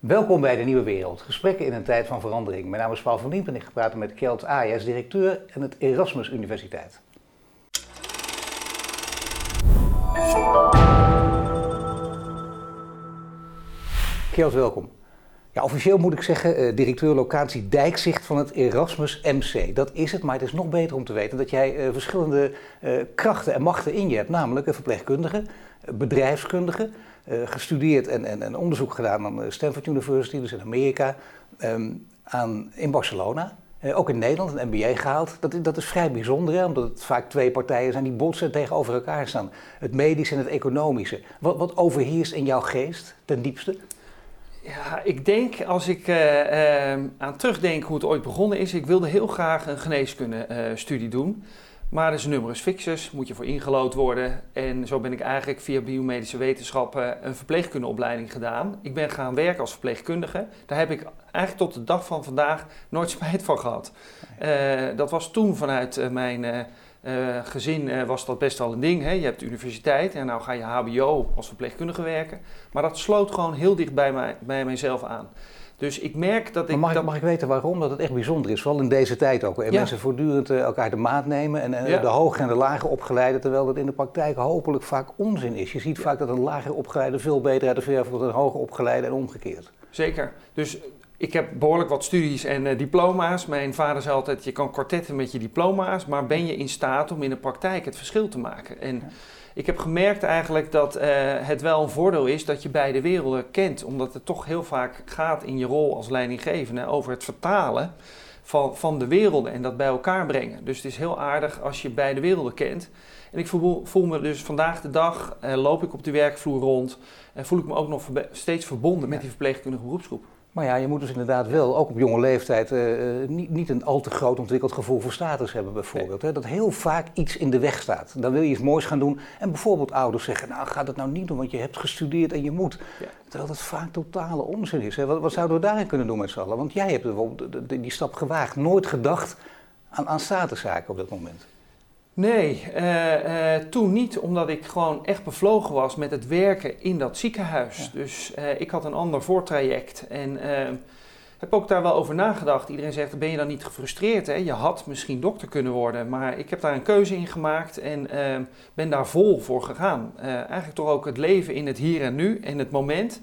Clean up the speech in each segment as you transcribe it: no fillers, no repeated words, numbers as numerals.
Welkom bij de Nieuwe Wereld, gesprekken in een tijd van verandering. Mijn naam is Paul van Diepen en ik ga praten met Kjeld Ayers, directeur en het Erasmus Universiteit. Kjeld, welkom. Ja, officieel moet ik zeggen, directeur locatie Dijkzicht van het Erasmus MC. Dat is het, maar het is nog beter om te weten dat jij verschillende krachten en machten in je hebt. Namelijk een verpleegkundige, bedrijfskundige, gestudeerd en onderzoek gedaan aan Stanford University, dus in Amerika, in Barcelona. Ook in Nederland een MBA gehaald. Dat is vrij bijzonder, hè, omdat het vaak twee partijen zijn die botsen tegenover elkaar staan. Het medische en het economische. Wat overheerst in jouw geest ten diepste? Ja, ik denk, als ik aan terugdenk hoe het ooit begonnen is, ik wilde heel graag een geneeskundestudie doen. Maar er is een numerus fixus, moet je voor ingelood worden. En zo ben ik eigenlijk via biomedische wetenschappen een verpleegkundeopleiding gedaan. Ik ben gaan werken als verpleegkundige. Daar heb ik eigenlijk tot de dag van vandaag nooit spijt van gehad. Dat was toen vanuit mijn gezin was dat best wel een ding. Hè? Je hebt de universiteit en nou ga je HBO als verpleegkundige werken. Maar dat sloot gewoon heel dicht bij mijzelf aan. Dus ik merk dat ik... Maar mag ik weten waarom? Dat het echt bijzonder is, vooral in deze tijd ook. En mensen voortdurend elkaar de maat nemen en de hoger en de lager opgeleide, terwijl dat in de praktijk hopelijk vaak onzin is. Je ziet vaak dat een lager opgeleide veel beter uit de verf wordt dan een hoger opgeleide en omgekeerd. Zeker. Dus ik heb behoorlijk wat studies en diploma's. Mijn vader zei altijd, je kan kwartetten met je diploma's, maar ben je in staat om in de praktijk het verschil te maken? En ik heb gemerkt eigenlijk dat het wel een voordeel is dat je beide werelden kent. Omdat het toch heel vaak gaat in je rol als leidinggevende over het vertalen van de werelden en dat bij elkaar brengen. Dus het is heel aardig als je beide werelden kent. En ik voel me dus vandaag de dag, loop ik op de werkvloer rond en voel ik me ook nog steeds verbonden met die verpleegkundige beroepsgroep. Maar ja, je moet dus inderdaad wel, ook op jonge leeftijd, niet een al te groot ontwikkeld gevoel voor status hebben bijvoorbeeld. Nee. Hè? Dat heel vaak iets in de weg staat. Dan wil je iets moois gaan doen en bijvoorbeeld ouders zeggen, nou ga dat nou niet doen, want je hebt gestudeerd en je moet. Ja. Terwijl dat vaak totale onzin is. Hè? Wat zouden we daarin kunnen doen met z'n allen? Want jij hebt bijvoorbeeld die stap gewaagd, nooit gedacht aan statuszaken op dat moment. Nee, toen niet, omdat ik gewoon echt bevlogen was met het werken in dat ziekenhuis. Ja. Dus ik had een ander voortraject en heb ook daar wel over nagedacht. Iedereen zegt, ben je dan niet gefrustreerd? Hè? Je had misschien dokter kunnen worden, maar ik heb daar een keuze in gemaakt en ben daar vol voor gegaan. Eigenlijk toch ook het leven in het hier en nu, in het moment.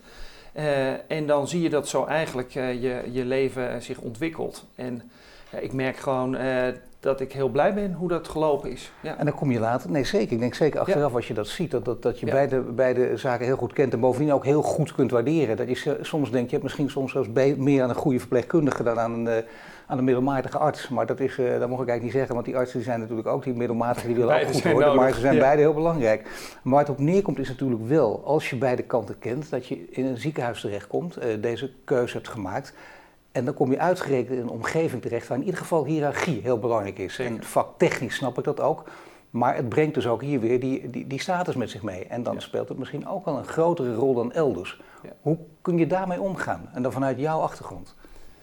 En dan zie je dat zo eigenlijk je leven zich ontwikkelt. En ik merk gewoon dat ik heel blij ben hoe dat gelopen is. Ja. En dan kom je later, nee zeker, ik denk zeker achteraf als je dat ziet, dat je beide zaken heel goed kent en bovendien ook heel goed kunt waarderen. Dat je soms denkt, je hebt misschien soms zelfs meer aan een goede verpleegkundige dan aan een middelmatige arts. Maar dat mag ik eigenlijk niet zeggen, want die artsen zijn natuurlijk ook die middelmatige, die willen ook goed worden, maar ze zijn beide heel belangrijk. Maar waar het op neerkomt is natuurlijk wel, als je beide kanten kent, dat je in een ziekenhuis terechtkomt, deze keuze hebt gemaakt. En dan kom je uitgerekend in een omgeving terecht waar in ieder geval hiërarchie heel belangrijk is. Zeker. En vaktechnisch snap ik dat ook. Maar het brengt dus ook hier weer die status met zich mee. En dan speelt het misschien ook wel een grotere rol dan elders. Ja. Hoe kun je daarmee omgaan? En dan vanuit jouw achtergrond?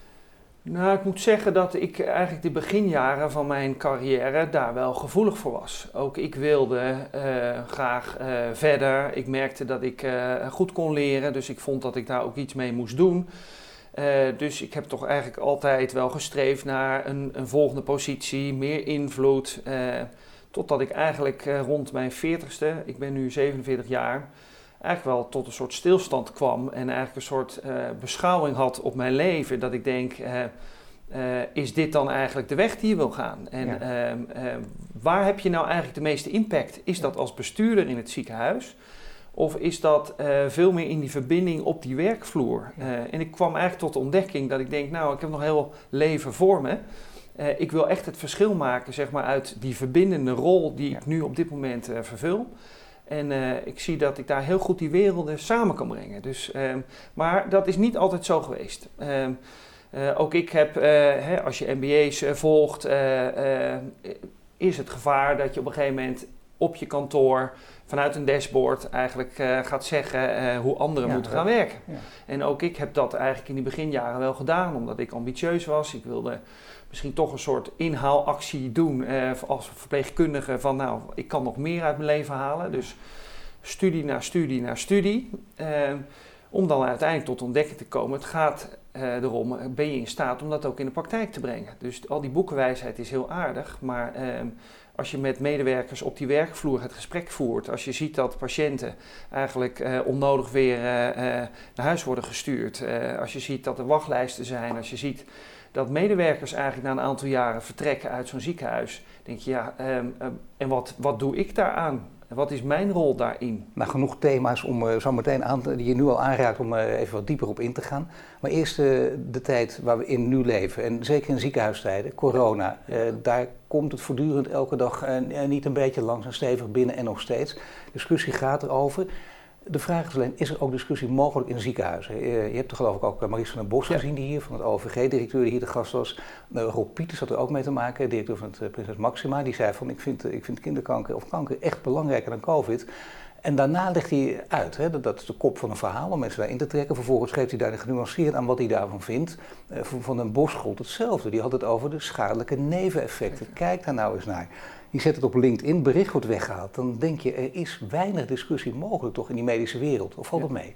Nou, ik moet zeggen dat ik eigenlijk de beginjaren van mijn carrière daar wel gevoelig voor was. Ook ik wilde graag verder. Ik merkte dat ik goed kon leren, dus ik vond dat ik daar ook iets mee moest doen. Dus ik heb toch eigenlijk altijd wel gestreefd naar een volgende positie, meer invloed. Totdat ik eigenlijk rond mijn 40ste, ik ben nu 47 jaar, eigenlijk wel tot een soort stilstand kwam. En eigenlijk een soort beschouwing had op mijn leven. Dat ik denk, is dit dan eigenlijk de weg die je wil gaan? En waar heb je nou eigenlijk de meeste impact? Is dat als bestuurder in het ziekenhuis? Of is dat veel meer in die verbinding op die werkvloer? En ik kwam eigenlijk tot de ontdekking dat ik denk, nou, ik heb nog heel leven voor me. Ik wil echt het verschil maken, zeg maar, uit die verbindende rol die ik nu op dit moment vervul. En ik zie dat ik daar heel goed die werelden samen kan brengen. Dus, maar dat is niet altijd zo geweest. Ook ik heb, als je MBA's volgt, is het gevaar dat je op een gegeven moment op je kantoor vanuit een dashboard eigenlijk gaat zeggen hoe anderen moeten gaan werken. Ja. En ook ik heb dat eigenlijk in die beginjaren wel gedaan, omdat ik ambitieus was. Ik wilde misschien toch een soort inhaalactie doen als verpleegkundige van nou, ik kan nog meer uit mijn leven halen. Dus studie na studie na studie. om dan uiteindelijk tot ontdekking te komen. Het gaat erom, ben je in staat om dat ook in de praktijk te brengen. Dus al die boekenwijsheid is heel aardig, maar als je met medewerkers op die werkvloer het gesprek voert, als je ziet dat patiënten eigenlijk onnodig weer naar huis worden gestuurd, als je ziet dat er wachtlijsten zijn, als je ziet dat medewerkers eigenlijk na een aantal jaren vertrekken uit zo'n ziekenhuis, denk je en wat doe ik daaraan? Wat is mijn rol daarin? Nou, genoeg thema's om zo meteen die je nu al aanraakt om even wat dieper op in te gaan. Maar eerst de tijd waar we in nu leven en zeker in ziekenhuistijden, corona, daar komt het voortdurend elke dag niet een beetje langs en stevig binnen en nog steeds. Discussie gaat erover. De vraag is alleen, is er ook discussie mogelijk in ziekenhuizen? Je hebt er geloof ik ook Maries van den Bos gezien die hier van het OVG-directeur die hier de gast was. Rob Pieters had er ook mee te maken, directeur van het Prinses Maxima. Die zei van ik vind kinderkanker of kanker echt belangrijker dan COVID. En daarna legt hij uit, dat is de kop van een verhaal om mensen daarin te trekken. Vervolgens geeft hij daar genuanceerd aan wat hij daarvan vindt. Van den Bos gold hetzelfde. Die had het over de schadelijke neveneffecten. Kijk daar nou eens naar. Je zet het op LinkedIn, bericht wordt weggehaald. Dan denk je, er is weinig discussie mogelijk toch in die medische wereld. Of valt het mee?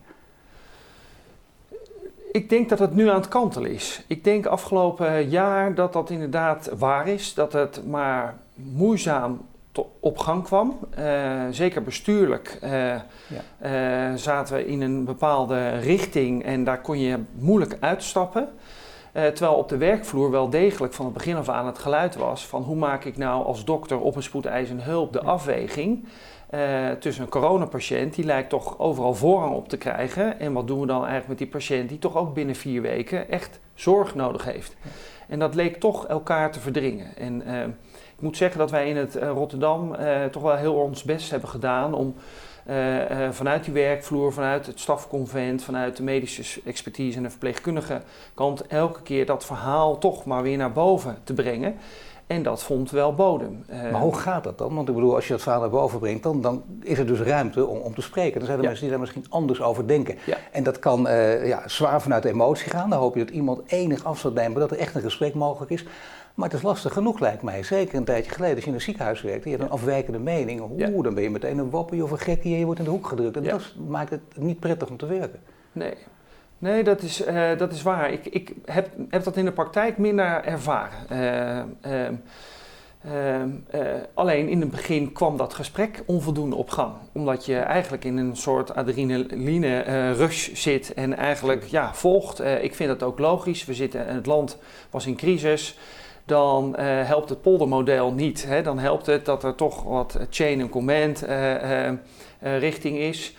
Ik denk dat het nu aan het kantelen is. Ik denk afgelopen jaar dat inderdaad waar is. Dat het maar moeizaam op gang kwam. Zeker bestuurlijk zaten we in een bepaalde richting en daar kon je moeilijk uitstappen. Terwijl op de werkvloer wel degelijk van het begin af aan het geluid was van hoe maak ik nou als dokter op een spoedeisende hulp de afweging tussen een coronapatiënt, die lijkt toch overal voorrang op te krijgen. En wat doen we dan eigenlijk met die patiënt die toch ook binnen 4 weken echt zorg nodig heeft. En dat leek toch elkaar te verdringen. En ik moet zeggen dat wij in het Rotterdam toch wel heel ons best hebben gedaan om vanuit die werkvloer, vanuit het stafconvent, vanuit de medische expertise en de verpleegkundige kant elke keer dat verhaal toch maar weer naar boven te brengen. En dat vond wel bodem. Maar hoe gaat dat dan? Want ik bedoel, als je dat verhaal naar boven brengt, dan is er dus ruimte om te spreken. Dan zijn er mensen die daar misschien anders over denken. Ja. En dat kan zwaar vanuit de emotie gaan. Dan hoop je dat iemand enig afstand neemt, dat er echt een gesprek mogelijk is. Maar het is lastig genoeg, lijkt mij. Zeker een tijdje geleden, als je in een ziekenhuis werkt, je hebt een afwijkende mening. Dan ben je meteen een wappie of een gekkie en je wordt in de hoek gedrukt. En dat maakt het niet prettig om te werken. Nee, dat is waar. Ik heb dat in de praktijk minder ervaren. Alleen in het begin kwam dat gesprek onvoldoende op gang. Omdat je eigenlijk in een soort adrenaline rush zit en eigenlijk volgt. Ik vind dat ook logisch. Het land was in crisis. Dan helpt het poldermodel niet. Hè? Dan helpt het dat er toch wat chain and command richting is.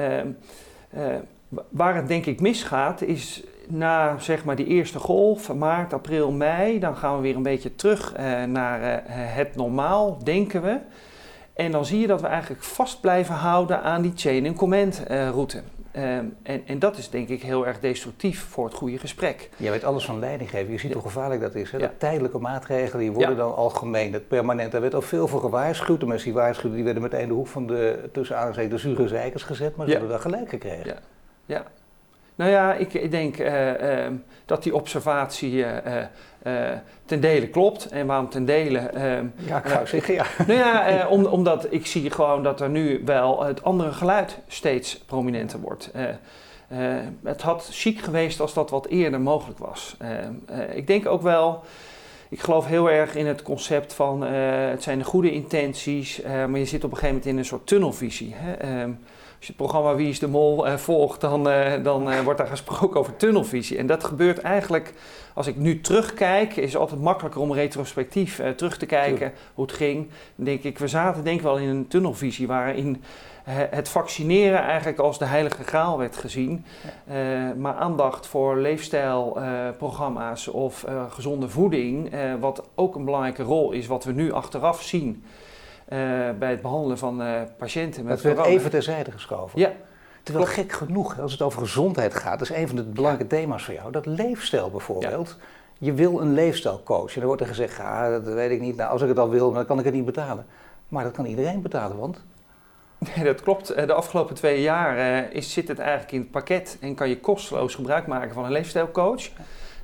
Waar het denk ik misgaat is na zeg maar die eerste golf, maart, april, mei, dan gaan we weer een beetje terug naar het normaal, denken we. En dan zie je dat we eigenlijk vast blijven houden aan die chain and command route. En dat is denk ik heel erg destructief voor het goede gesprek. Jij weet alles van leiding geven. Je ziet hoe gevaarlijk dat is. Hè? Dat tijdelijke maatregelen die worden dan algemeen. Dat permanent. Daar werd al veel voor gewaarschuwd. De mensen die waarschuwden, die werden meteen in de hoek van de zure zeikers gezet. Maar ze hebben wel gelijk gekregen. Ja. Nou ja, ik denk dat die observatie ten dele klopt. En waarom ten dele? Ik zou zeggen ja. Nou ja, omdat ik zie gewoon dat er nu wel het andere geluid steeds prominenter wordt. Het had chic geweest als dat wat eerder mogelijk was. Ik denk ook wel, ik geloof heel erg in het concept van het zijn de goede intenties, maar je zit op een gegeven moment in een soort tunnelvisie. Hè? Als je het programma Wie is de Mol volgt, dan wordt daar gesproken over tunnelvisie. En dat gebeurt eigenlijk, als ik nu terugkijk, is het altijd makkelijker om retrospectief terug te kijken hoe het ging. Dan denk ik, we zaten denk ik wel in een tunnelvisie waarin het vaccineren eigenlijk als de heilige graal werd gezien. Maar aandacht voor leefstijlprogramma's of gezonde voeding, wat ook een belangrijke rol is, wat we nu achteraf zien. Bij het behandelen van patiënten met corona. Dat werd even terzijde geschoven. Ja. Terwijl gek genoeg, als het over gezondheid gaat, dat is een van de belangrijke thema's voor jou. Dat leefstijl bijvoorbeeld. Ja. Je wil een leefstijlcoach. En dan wordt er gezegd, dat weet ik niet. Nou, als ik het al wil, dan kan ik het niet betalen. Maar dat kan iedereen betalen, want... Nee, dat klopt. De afgelopen 2 jaar zit het eigenlijk in het pakket en kan je kosteloos gebruik maken van een leefstijlcoach.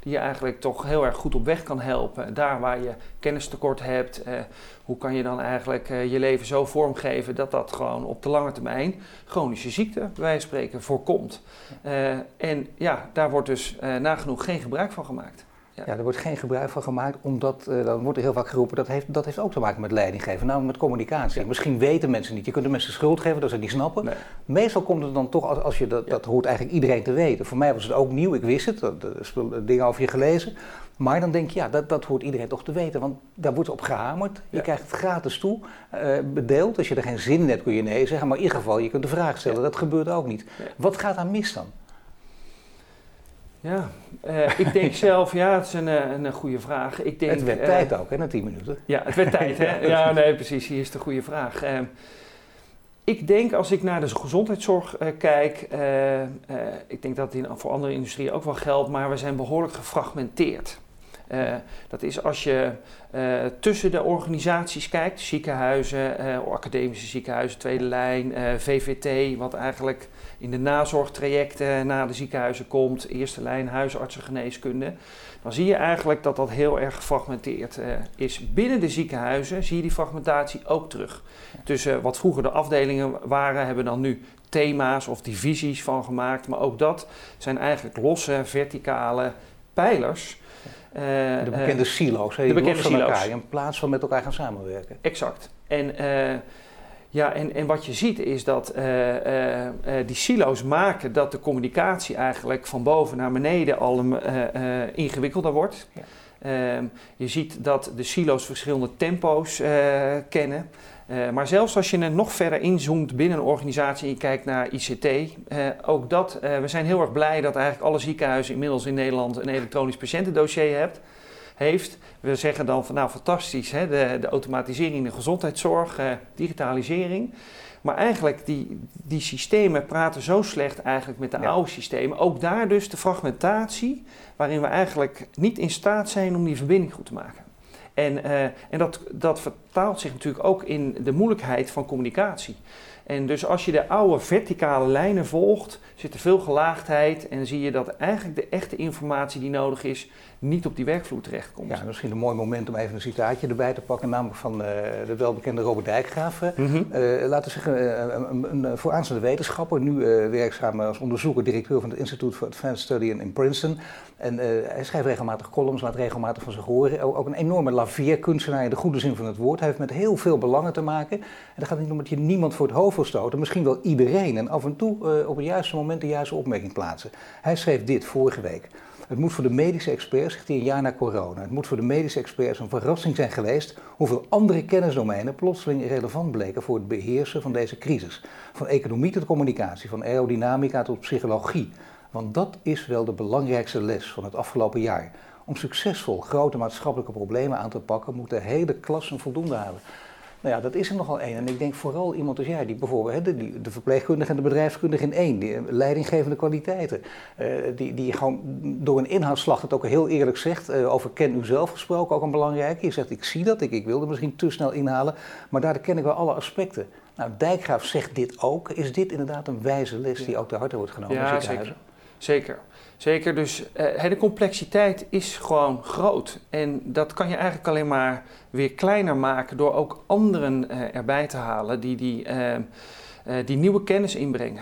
die je eigenlijk toch heel erg goed op weg kan helpen. Daar waar je kennistekort hebt, hoe kan je dan eigenlijk je leven zo vormgeven dat dat gewoon op de lange termijn chronische ziekte, bij wijze van spreken, voorkomt. En ja, daar wordt dus nagenoeg geen gebruik van gemaakt. Ja, er wordt geen gebruik van gemaakt, omdat dan wordt er heel vaak geroepen, dat heeft ook te maken met leidinggeven, namelijk met communicatie. Ja. Misschien weten mensen niet, je kunt de mensen schuld geven dat ze het niet snappen. Nee. Meestal komt het dan toch, als je dat hoort eigenlijk iedereen te weten. Voor mij was het ook nieuw, ik wist het, er zijn dingen over je gelezen. Maar dan denk je, dat hoort iedereen toch te weten, want daar wordt op gehamerd. Je krijgt het gratis toe, bedeeld. Als je er geen zin in hebt, kun je nee zeggen, maar in ieder geval, je kunt de vraag stellen. Dat gebeurt ook niet. Wat gaat daar mis dan? Ja, ik denk zelf, het is een goede vraag. Ik denk, het werd tijd ook, hè, na 10 minuten. Ja, het werd tijd, hè? Ja, nee, precies, hier is de goede vraag. Ik denk, als ik naar de gezondheidszorg kijk, ik denk dat het voor andere industrieën ook wel geldt, maar we zijn behoorlijk gefragmenteerd. Dat is als je tussen de organisaties kijkt, ziekenhuizen, academische ziekenhuizen, tweede lijn, VVT, wat eigenlijk in de nazorgtrajecten na de ziekenhuizen komt, eerste lijn, huisartsengeneeskunde. Dan zie je eigenlijk dat dat heel erg gefragmenteerd is. Binnen de ziekenhuizen zie je die fragmentatie ook terug. Tussen wat vroeger de afdelingen waren, hebben dan nu thema's of divisies van gemaakt. Maar ook dat zijn eigenlijk losse, verticale pijlers. De bekende silo's, de bekende silo's. Elkaar, in plaats van met elkaar gaan samenwerken. Exact. En wat je ziet is dat die silo's maken dat de communicatie eigenlijk van boven naar beneden al ingewikkelder wordt. Ja. Je ziet dat de silo's verschillende tempo's kennen. Maar zelfs als je er nog verder inzoomt binnen een organisatie en je kijkt naar ICT, ook dat, we zijn heel erg blij dat eigenlijk alle ziekenhuizen inmiddels in Nederland een elektronisch patiëntendossier heeft. We zeggen dan van fantastisch, hè, de automatisering in de gezondheidszorg, digitalisering. Maar eigenlijk die systemen praten zo slecht eigenlijk met de oude systemen. Ook daar dus de fragmentatie, waarin we eigenlijk niet in staat zijn om die verbinding goed te maken. En dat vertaalt zich natuurlijk ook in de moeilijkheid van communicatie. En dus als je de oude verticale lijnen volgt, zit er veel gelaagdheid en zie je dat eigenlijk de echte informatie die nodig is, niet op die werkvloer terechtkomt. Ja, misschien een mooi moment om even een citaatje erbij te pakken, namelijk van de welbekende Robert Dijkgraaf. Laten we zeggen, een vooraanstaande wetenschapper, nu werkzaam als onderzoeker, directeur van het Institute for Advanced Study in Princeton. En hij schrijft regelmatig columns, laat regelmatig van zich horen. Ook een enorme laveerkunstenaar in de goede zin van het woord. Hij heeft met heel veel belangen te maken. En dat gaat niet om dat je niemand voor het hoofd wil stoten, misschien wel iedereen. En af en toe op het juiste moment de juiste opmerking plaatsen. Hij schreef dit vorige week. Het moet voor de medische experts, zegt hij een jaar na corona, het moet voor de medische experts een verrassing zijn geweest hoeveel andere kennisdomeinen plotseling relevant bleken voor het beheersen van deze crisis. Van economie tot communicatie, van aerodynamica tot psychologie. Want dat is wel de belangrijkste les van het afgelopen jaar. Om succesvol grote maatschappelijke problemen aan te pakken, moet de hele klas een voldoende halen. Nou ja, dat is er nogal één. En ik denk vooral iemand als jij, die bijvoorbeeld de verpleegkundige en de bedrijfskundige in één, die leidinggevende kwaliteiten, die gewoon door een inhoudsslag het ook heel eerlijk zegt, over ken u zelf gesproken, ook een belangrijke. Je zegt, ik zie dat, ik wilde misschien te snel inhalen, maar daar ken ik wel alle aspecten. Nou, Dijkgraaf zegt dit ook. Is dit inderdaad een wijze les die ook te harte wordt genomen in ziekenhuizen? Zeker, dus de complexiteit is gewoon groot. En dat kan je eigenlijk alleen maar weer kleiner maken door ook anderen erbij te halen die nieuwe kennis inbrengen.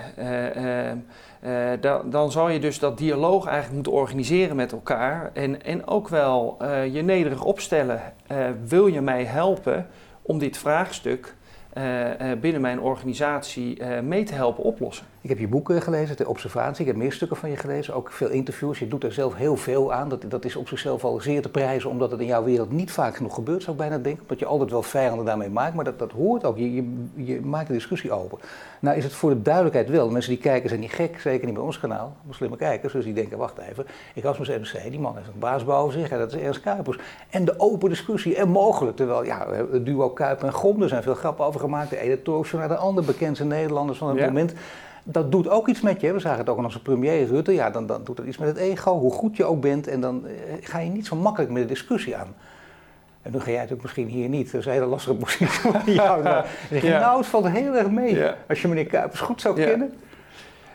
Dan zal je dus dat dialoog eigenlijk moeten organiseren met elkaar en ook wel je nederig opstellen. Wil je mij helpen om dit vraagstuk binnen mijn organisatie mee te helpen oplossen? Ik heb je boek gelezen, de observatie. Ik heb meer stukken van je gelezen, ook veel interviews. Je doet er zelf heel veel aan. Dat is op zichzelf al zeer te prijzen, omdat het in jouw wereld niet vaak genoeg gebeurt, zou ik bijna denken. Omdat je altijd wel vijanden daarmee maakt, maar dat hoort ook. Je maakt de discussie open. Nou is het voor de duidelijkheid wel. De mensen die kijken zijn niet gek, zeker niet bij ons kanaal. Slimme kijkers, dus die denken, wacht even. Ik was met NRC, die man heeft een baas boven zich. Dat is Ernst Kuipers. En de open discussie en mogelijk. Terwijl, het duo Kuiper en Gom, er zijn veel grappen over gemaakt. De ene talkshow naar de andere, bekendste Nederlanders van het moment. Dat doet ook iets met je. We zagen het ook aan onze premier Rutte. Ja, dan doet dat iets met het ego, hoe goed je ook bent. En dan ga je niet zo makkelijk met de discussie aan. En dan ga jij natuurlijk misschien hier niet. Dat is een hele lastige positie. Nou, het valt heel erg mee. Ja. Als je meneer Kuipers goed zou kennen.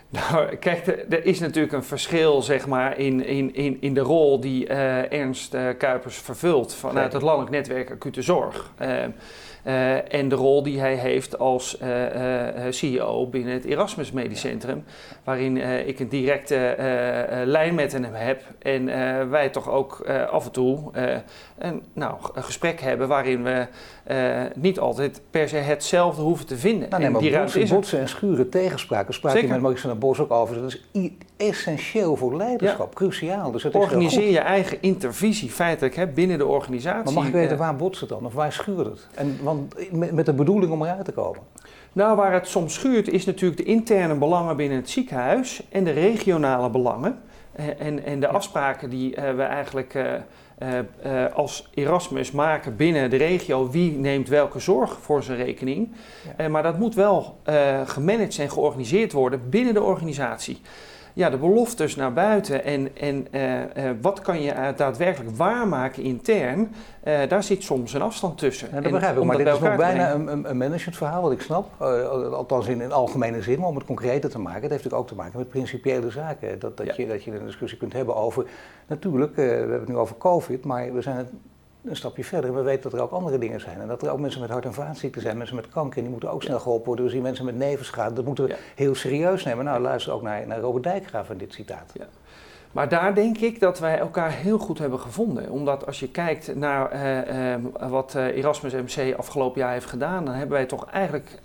Nou, kijk, er is natuurlijk een verschil, zeg maar, in de rol die Ernst Kuipers vervult vanuit het Landelijk Netwerk Acute Zorg. En de rol die hij heeft als CEO binnen het Erasmus Medisch Centrum, waarin ik een directe lijn met hem heb en wij toch ook af en toe een gesprek hebben waarin we niet altijd per se hetzelfde hoeven te vinden. Nou, nee, maar botsen en schuren tegenspraken, sprak je met Maurice van der Bos ook over. Dat is essentieel voor leiderschap, cruciaal. Dus organiseer je eigen intervisie feitelijk binnen de organisatie. Maar mag ik weten waar botst het dan of waar schuurt het? Want met de bedoeling om eruit te komen. Nou, waar het soms schuurt is natuurlijk de interne belangen binnen het ziekenhuis en de regionale belangen. En de afspraken die we eigenlijk als Erasmus maken binnen de regio. Wie neemt welke zorg voor zijn rekening? Ja. Maar dat moet wel gemanaged en georganiseerd worden binnen de organisatie. Ja, de beloftes naar buiten en wat kan je daadwerkelijk waarmaken intern, daar zit soms een afstand tussen. Ja, dat begrijp ik, maar dit is nog bijna een managementverhaal, wat ik snap. Althans in algemene zin, maar om het concreter te maken. Dat heeft natuurlijk ook te maken met principiële zaken. Dat je een discussie kunt hebben over, natuurlijk, we hebben het nu over COVID, maar we zijn een stapje verder. We weten dat er ook andere dingen zijn. En dat er ook mensen met hart- en vaatziekten zijn, mensen met kanker. En die moeten ook snel geholpen worden. We zien mensen met nevenschade. Dat moeten we heel serieus nemen. Nou, luister ook naar Robert Dijkgraaf in dit citaat. Ja. Maar daar denk ik dat wij elkaar heel goed hebben gevonden. Omdat als je kijkt naar wat Erasmus MC afgelopen jaar heeft gedaan, dan hebben wij toch eigenlijk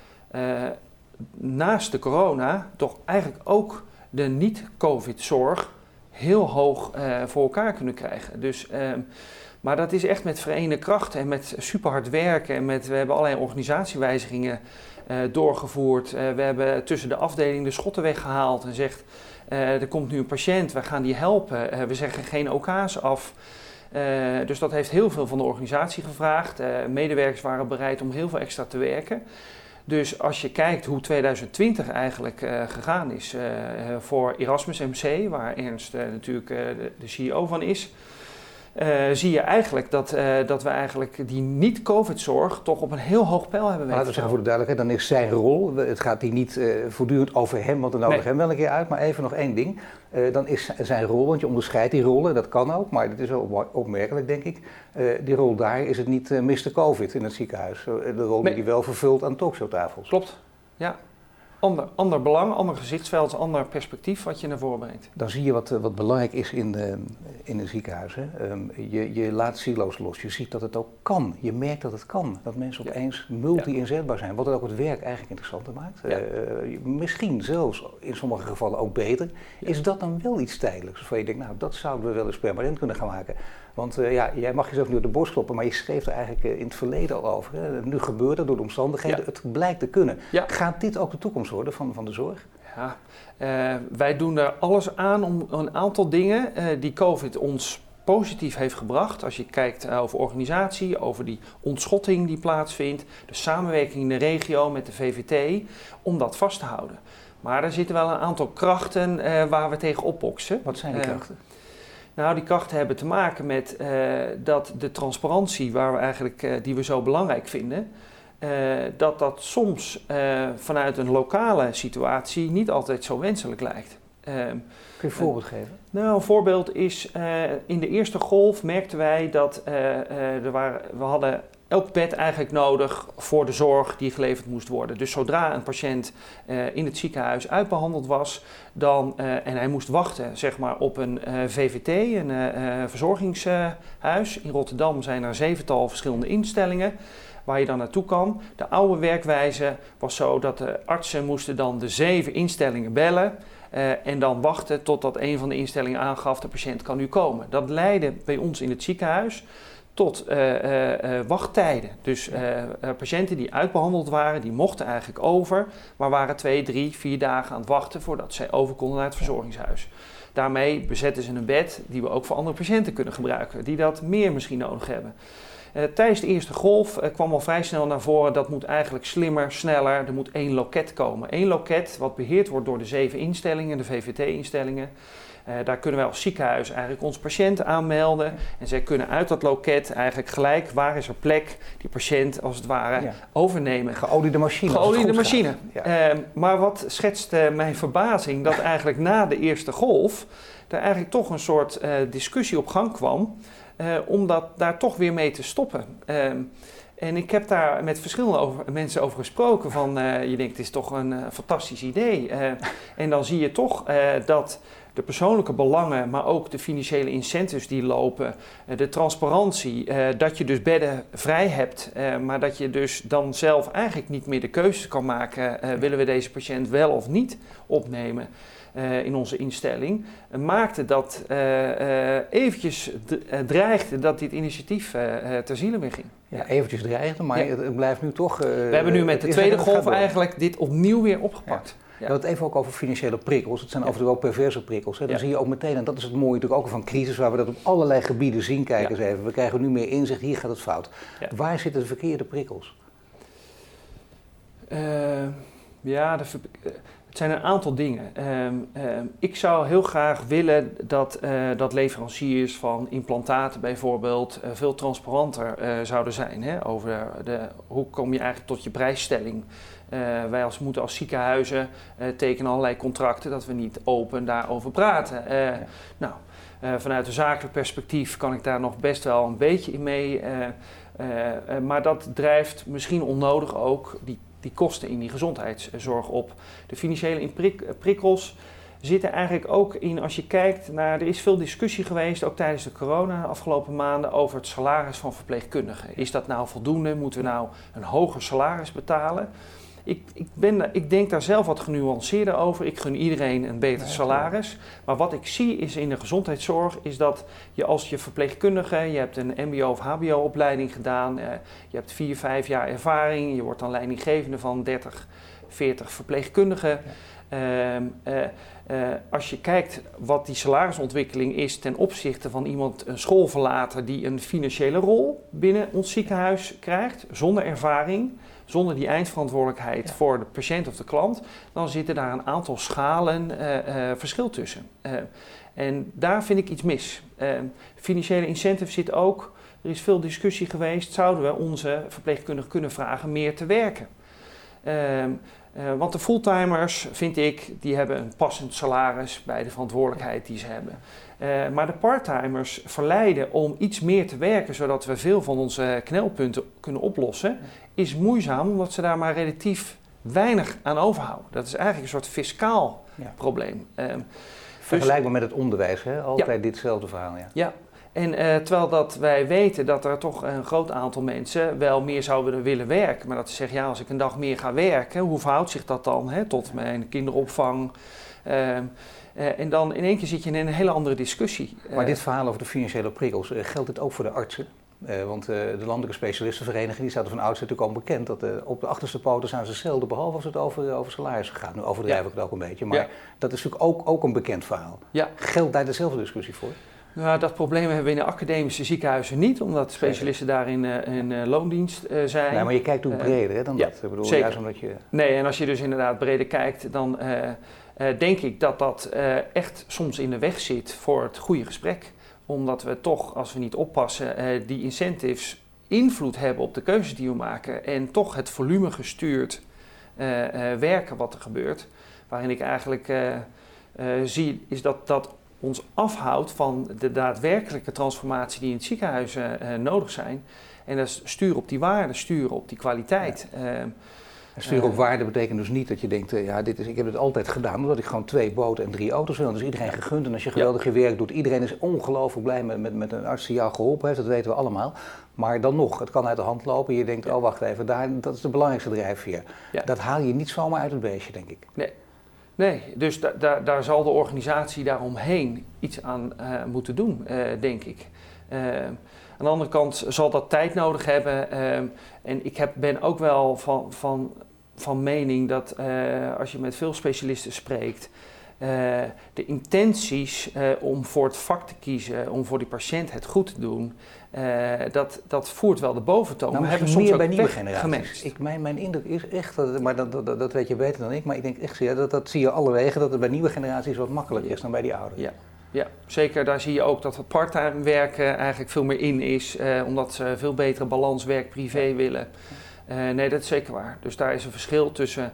naast de corona toch eigenlijk ook de niet-COVID-zorg heel hoog voor elkaar kunnen krijgen. Dus maar dat is echt met verenigde krachten en met super hard werken. En we hebben allerlei organisatiewijzigingen doorgevoerd. We hebben tussen de afdelingen de schotten weggehaald en zegt, er komt nu een patiënt, wij gaan die helpen. We zeggen geen OK's af. Dus dat heeft heel veel van de organisatie gevraagd. Medewerkers waren bereid om heel veel extra te werken. Dus als je kijkt hoe 2020 eigenlijk gegaan is voor Erasmus MC, waar Ernst natuurlijk de CEO van is, zie je eigenlijk dat we eigenlijk die niet-COVID-zorg toch op een heel hoog peil hebben weten. Laten we zeggen voor de duidelijkheid, dan is zijn rol, het gaat hier niet voortdurend over hem, want dan nodig hem wel een keer uit, maar even nog één ding. Dan is zijn rol, want je onderscheidt die rollen, dat kan ook, maar dat is wel opmerkelijk denk ik. Die rol daar is het niet Mr. COVID in het ziekenhuis, de rol die hij wel vervult aan talkshowtafels. Klopt, ja. Ander belang, ander gezichtsveld, ander perspectief wat je naar voren brengt. Dan zie je wat belangrijk is in een ziekenhuis. Hè. Je laat silo's los, je ziet dat het ook kan. Je merkt dat het kan, dat mensen opeens multi-inzetbaar zijn. Wat het ook het werk eigenlijk interessanter maakt. Ja. Misschien zelfs in sommige gevallen ook beter. Ja. Is dat dan wel iets tijdelijks? Waarvan je denkt, nou dat zouden we wel eens permanent kunnen gaan maken. Want jij mag jezelf nu op de borst kloppen, maar je schreef er eigenlijk in het verleden al over. Hè. Nu gebeurt het door de omstandigheden, het blijkt te kunnen. Ja. Gaat dit ook de toekomst worden van de zorg? Ja, wij doen er alles aan om een aantal dingen die COVID ons positief heeft gebracht. Als je kijkt over organisatie, over die ontschotting die plaatsvindt, de samenwerking in de regio met de VVT, om dat vast te houden. Maar er zitten wel een aantal krachten waar we tegen opboksen. Wat zijn die krachten? Nou, die krachten hebben te maken met dat de transparantie die we zo belangrijk vinden, dat soms vanuit een lokale situatie niet altijd zo wenselijk lijkt. Kun je een voorbeeld geven? Nou, een voorbeeld is, in de eerste golf merkten wij dat we hadden elk bed eigenlijk nodig voor de zorg die geleverd moest worden. Dus zodra een patiënt in het ziekenhuis uitbehandeld was, en hij moest wachten zeg maar, op een VVT, een verzorgingshuis. In Rotterdam zijn er 7-tal verschillende instellingen waar je dan naartoe kan. De oude werkwijze was zo dat de artsen moesten dan de 7 instellingen bellen en dan wachten totdat een van de instellingen aangaf, de patiënt kan nu komen. Dat leidde bij ons in het ziekenhuis tot wachttijden. Dus patiënten die uitbehandeld waren, die mochten eigenlijk over, maar waren 2, 3, 4 dagen aan het wachten voordat zij over konden naar het verzorgingshuis. Daarmee bezetten ze een bed die we ook voor andere patiënten kunnen gebruiken, die dat meer misschien nodig hebben. Tijdens de eerste golf kwam al vrij snel naar voren dat moet eigenlijk slimmer, sneller, er moet 1 loket komen. 1 loket wat beheerd wordt door de 7 instellingen, de VVT-instellingen. Daar kunnen wij als ziekenhuis eigenlijk onze patiënt aanmelden. En zij kunnen uit dat loket eigenlijk gelijk, waar is er plek, die patiënt als het ware overnemen. Geoliede machine. Geoliede machine. Ja. Maar wat schetst mijn verbazing dat eigenlijk na de eerste golf er eigenlijk toch een soort discussie op gang kwam. Om daar toch weer mee te stoppen. En ik heb daar met verschillende mensen over gesproken van, je denkt het is toch een fantastisch idee. En dan zie je toch dat de persoonlijke belangen, maar ook de financiële incentives die lopen, de transparantie, dat je dus bedden vrij hebt, maar dat je dus dan zelf eigenlijk niet meer de keuze kan maken, willen we deze patiënt wel of niet opnemen in onze instelling, maakte dat eventjes dreigde dat dit initiatief ter ziele weer ging. Ja, eventjes dreigde, maar het blijft nu toch... we hebben nu met de tweede golf eigenlijk dit opnieuw weer opgepakt. Ja. Ja. We hadden het even ook over financiële prikkels. Het zijn af en toe ook perverse prikkels. Hè. Dan zie je ook meteen, en dat is het mooie natuurlijk ook van crisis, waar we dat op allerlei gebieden zien. Kijk eens even, we krijgen nu meer inzicht, hier gaat het fout. Ja. Waar zitten de verkeerde prikkels? Het zijn een aantal dingen. Ik zou heel graag willen dat leveranciers van implantaten bijvoorbeeld veel transparanter zouden zijn. Hè, over hoe kom je eigenlijk tot je prijsstelling. Wij moeten als ziekenhuizen tekenen allerlei contracten dat we niet open daarover praten. Vanuit een zakelijk perspectief kan ik daar nog best wel een beetje in mee. Maar dat drijft misschien onnodig ook die kosten in die gezondheidszorg op. De financiële prikkels zitten eigenlijk ook in, als je kijkt naar, er is veel discussie geweest, ook tijdens de corona de afgelopen maanden, over het salaris van verpleegkundigen. Is dat nou voldoende? Moeten we nou een hoger salaris betalen? Ik denk daar zelf wat genuanceerder over. Ik gun iedereen een beter salaris. Maar wat ik zie is in de gezondheidszorg is dat je als je verpleegkundige, je hebt een mbo of hbo opleiding gedaan, je hebt 4-5 jaar ervaring, je wordt dan leidinggevende van 30, 40 verpleegkundigen. Als je kijkt wat die salarisontwikkeling is ten opzichte van iemand, een schoolverlater die een financiële rol binnen ons ziekenhuis krijgt, zonder ervaring, zonder die eindverantwoordelijkheid voor de patiënt of de klant, dan zitten daar een aantal schalen verschil tussen. En daar vind ik iets mis. Financiële incentive zit ook, er is veel discussie geweest, zouden we onze verpleegkundigen kunnen vragen meer te werken? Want de fulltimers, vind ik, die hebben een passend salaris bij de verantwoordelijkheid die ze hebben. Maar de parttimers verleiden om iets meer te werken, zodat we veel van onze knelpunten kunnen oplossen, is moeizaam, omdat ze daar maar relatief weinig aan overhouden. Dat is eigenlijk een soort fiscaal probleem. Vergelijkbaar met het onderwijs, hè? Altijd ditzelfde verhaal. Ja. En terwijl dat wij weten dat er toch een groot aantal mensen wel meer zouden willen werken. Maar dat ze zeggen, als ik een dag meer ga werken, hoe verhoudt zich dat dan tot mijn kinderopvang? En dan in één keer zit je in een hele andere discussie. Maar dit verhaal over de financiële prikkels, geldt dit ook voor de artsen? Want de Landelijke Specialistenvereniging die staat er van oudsher natuurlijk al bekend dat op de achterste poten zijn ze zelden, behalve als het over salaris gaat. Nu overdrijf ik het ook een beetje, maar dat is natuurlijk ook een bekend verhaal. Ja. Geldt daar dezelfde discussie voor? Nou, dat probleem hebben we in de academische ziekenhuizen niet, omdat specialisten daarin in loondienst zijn. Nee, maar je kijkt ook breder dan dat. Ik bedoel, zeker. Juist omdat je... Nee, en als je dus inderdaad breder kijkt, dan denk ik dat echt soms in de weg zit voor het goede gesprek. Omdat we toch, als we niet oppassen, die incentives invloed hebben op de keuzes die we maken. En toch het volume gestuurd werken wat er gebeurt. Waarin ik eigenlijk zie, is dat ons afhoudt van de daadwerkelijke transformatie die in het ziekenhuis nodig zijn. En dat is sturen op die waarde, sturen op die kwaliteit. Sturen op waarde betekent dus niet dat je denkt, ik heb het altijd gedaan omdat ik gewoon 2 boten en 3 auto's wil. Dus iedereen gegund en als je geweldig je werk doet, iedereen is ongelooflijk blij met een arts die jou geholpen heeft, dat weten we allemaal. Maar dan nog, het kan uit de hand lopen. Je denkt, wacht even, dat is de belangrijkste drijfveer. Ja. Dat haal je niet zomaar uit het beestje, denk ik. Nee, dus daar zal de organisatie daaromheen iets aan moeten doen, denk ik. Aan de andere kant zal dat tijd nodig hebben. En ik ben ook wel van mening dat als je met veel specialisten spreekt, de intenties om voor het vak te kiezen, om voor die patiënt het goed te doen, dat voert wel de boventoon. Nou, we hebben soms meer ook bij nieuwe generaties. gemengd. Mijn indruk is echt, maar dat weet je beter dan ik, maar ik denk echt, dat zie je alle wegen, dat het bij nieuwe generaties wat makkelijker is dan bij die ouderen. Ja, zeker. Daar zie je ook dat het part-time werken eigenlijk veel meer in is, omdat ze veel betere balans werk-privé willen. Nee, dat is zeker waar. Dus daar is een verschil tussen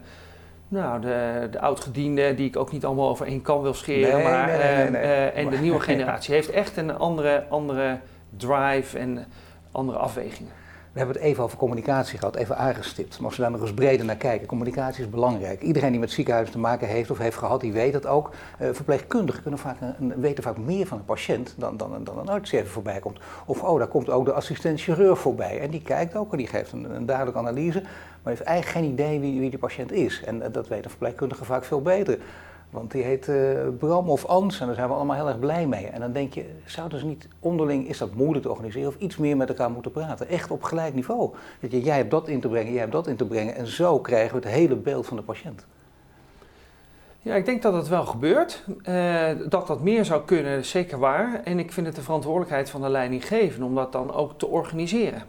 de oudgedienden, die ik ook niet allemaal over één kam wil scheren, en de nieuwe generatie heeft echt een andere drive en andere afwegingen. We hebben het even over communicatie gehad, even aangestipt. Maar als we daar nog eens breder naar kijken, communicatie is belangrijk. Iedereen die met ziekenhuizen te maken heeft of heeft gehad, die weet dat ook. Verpleegkundigen weten vaak meer van een patiënt dan een arts die even voorbij komt. Of daar komt ook de assistent-chirurg voorbij. En die kijkt ook en die geeft een duidelijke analyse. Maar heeft eigenlijk geen idee wie die patiënt is. En dat weet een verpleegkundige vaak veel beter. Want die heet Bram of Ans en daar zijn we allemaal heel erg blij mee. En dan denk je, zouden ze niet onderling, is dat moeilijk te organiseren, of iets meer met elkaar moeten praten? Echt op gelijk niveau. Dat jij hebt dat in te brengen, jij hebt dat in te brengen en zo krijgen we het hele beeld van de patiënt. Ja, ik denk dat het wel gebeurt. Dat meer zou kunnen, is zeker waar. En ik vind het de verantwoordelijkheid van de leidinggevende om dat dan ook te organiseren.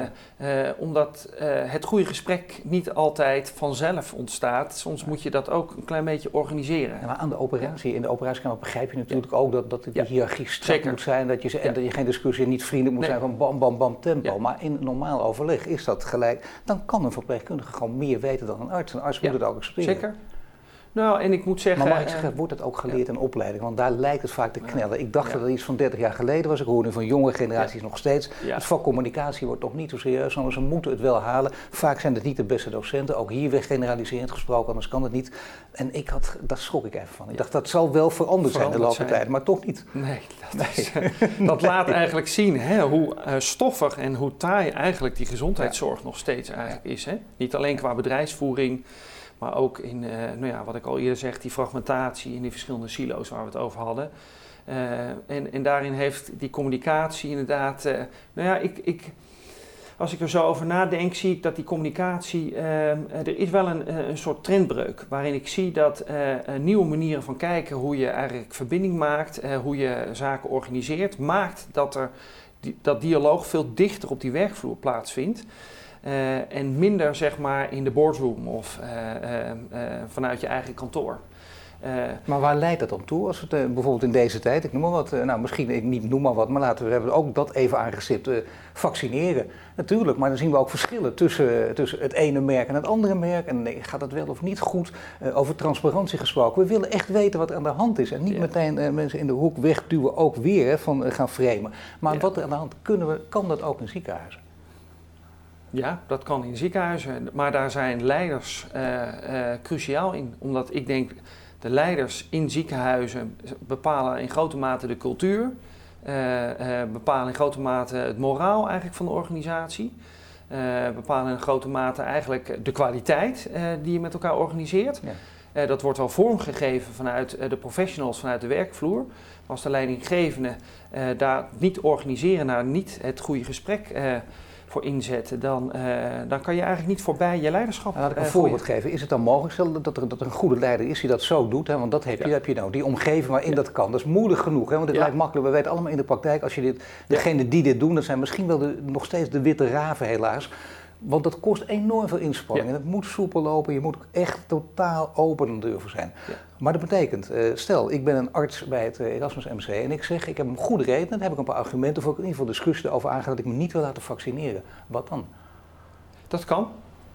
Omdat het goede gesprek niet altijd vanzelf ontstaat. Soms moet je dat ook een klein beetje organiseren. Ja, maar aan de operatie, in de operatiekamer begrijp je natuurlijk ook dat de hiërarchie strak moet zijn. Dat je geen discussie, niet vriendelijk moet zijn van bam, bam, bam, tempo. Ja. Maar in normaal overleg is dat gelijk. Dan kan een verpleegkundige gewoon meer weten dan een arts. Een arts moet het ook accepteren. Zeker. Nou, en ik moet zeggen... Maar mag ik zeggen, wordt het ook geleerd in opleiding? Want daar lijkt het vaak te knellen. Ik dacht dat het iets van 30 jaar geleden was. Ik hoor nu van jonge generaties nog steeds. Het vak communicatie wordt nog niet zo serieus, maar ze moeten het wel halen. Vaak zijn het niet de beste docenten. Ook hier weer generaliserend gesproken, anders kan het niet. En daar schrok ik even van. Ik dacht, dat zal wel veranderd zijn de loop der tijd, maar toch niet. Nee, dat laat eigenlijk zien hoe stoffig en hoe taai eigenlijk die gezondheidszorg nog steeds eigenlijk is. Hè? Niet alleen qua bedrijfsvoering, maar ook in, wat ik al eerder zeg, die fragmentatie in die verschillende silo's waar we het over hadden. En daarin heeft die communicatie inderdaad, als ik er zo over nadenk, zie ik dat die communicatie, er is wel een soort trendbreuk. Waarin ik zie dat nieuwe manieren van kijken, hoe je eigenlijk verbinding maakt, hoe je zaken organiseert, maakt dat dialoog veel dichter op die werkvloer plaatsvindt. En minder zeg maar in de boardroom of vanuit je eigen kantoor. Maar waar leidt dat dan toe? Als het bijvoorbeeld in deze tijd, ik noem maar wat, misschien ik niet noem maar wat, maar we hebben ook dat even aangestipt, vaccineren. Natuurlijk, maar dan zien we ook verschillen tussen het ene merk en het andere merk. En gaat dat wel of niet goed? Over transparantie gesproken. We willen echt weten wat er aan de hand is en niet meteen mensen in de hoek wegduwen ook weer van gaan framen. Maar wat er aan de hand kan dat ook in ziekenhuizen? Ja, dat kan in ziekenhuizen, maar daar zijn leiders cruciaal in. Omdat ik denk, de leiders in ziekenhuizen bepalen in grote mate de cultuur, bepalen in grote mate het moraal eigenlijk van de organisatie, bepalen in grote mate eigenlijk de kwaliteit die je met elkaar organiseert. Ja. Dat wordt wel vormgegeven vanuit de professionals, vanuit de werkvloer. Maar als de leidinggevende daar niet organiseren, niet het goede gesprek voor inzetten, dan kan je eigenlijk niet voorbij je leiderschap. Laat ik een voorbeeld geven. Is het dan mogelijk, stel dat er een goede leider is die dat zo doet, hè, want dat heb je nou, die omgeving waarin dat kan. Dat is moeilijk genoeg, hè, want het lijkt makkelijk. We weten allemaal in de praktijk, als je degenen die dit doen, dat zijn misschien wel nog steeds de witte raven helaas. Want dat kost enorm veel inspanning en het moet soepel lopen, je moet echt totaal open durven zijn. Ja. Maar dat betekent, stel ik ben een arts bij het Erasmus MC en ik zeg ik heb een goede reden, dan heb ik een paar argumenten voor in ieder geval discussie erover aangaan dat ik me niet wil laten vaccineren. Wat dan? Dat kan.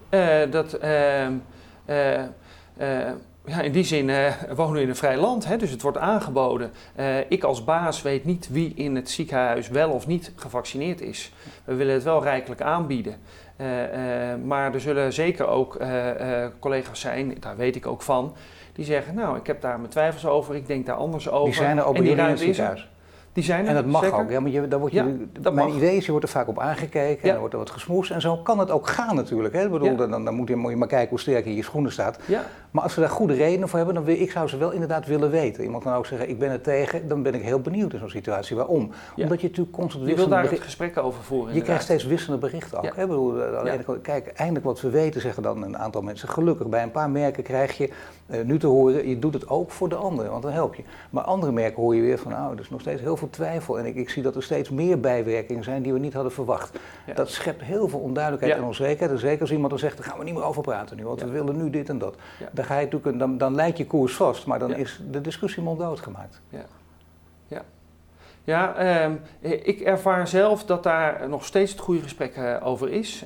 In die zin wonen we in een vrij land, hè, dus het wordt aangeboden. Ik als baas weet niet wie in het ziekenhuis wel of niet gevaccineerd is. We willen het wel rijkelijk aanbieden. Maar er zullen zeker ook collega's zijn, daar weet ik ook van, die zeggen, nou, ik heb daar mijn twijfels over, ik denk daar anders over. Die zijn er ook bij jullie in het ziekenhuis? Die zijn er, en dat mag zeker. ook. Ja, maar mijn idee is, je wordt er vaak op aangekeken en dan wordt er wat gesmoest. En zo kan het ook gaan natuurlijk. Hè? Ik bedoel, dan moet je maar kijken hoe sterk je in je schoenen staat. Ja. Maar als we daar goede redenen voor hebben, ik zou ze wel inderdaad willen weten. Iemand kan ook zeggen, ik ben er tegen. Dan ben ik heel benieuwd in zo'n situatie. Waarom? Ja. Omdat je natuurlijk constant je wil daar het gesprek over voeren. Je krijgt steeds wisselende berichten ook. Ja. Hè? Ik bedoel, kijk, eindelijk wat we weten, zeggen dan een aantal mensen. Gelukkig, bij een paar merken krijg je nu te horen, je doet het ook voor de anderen, want dan help je. Maar andere merken hoor je weer van, er is nog steeds heel veel twijfel. En ik zie dat er steeds meer bijwerkingen zijn die we niet hadden verwacht. Ja. Dat schept heel veel onduidelijkheid en onzekerheid. En zeker als iemand dan zegt, daar gaan we niet meer over praten nu, want we willen nu dit en dat. Ja. Dan ga je natuurlijk, dan lijkt je koers vast, maar dan is de discussie monddood gemaakt. Ja. Ja. Ja, ik ervaar zelf dat daar nog steeds het goede gesprek over is.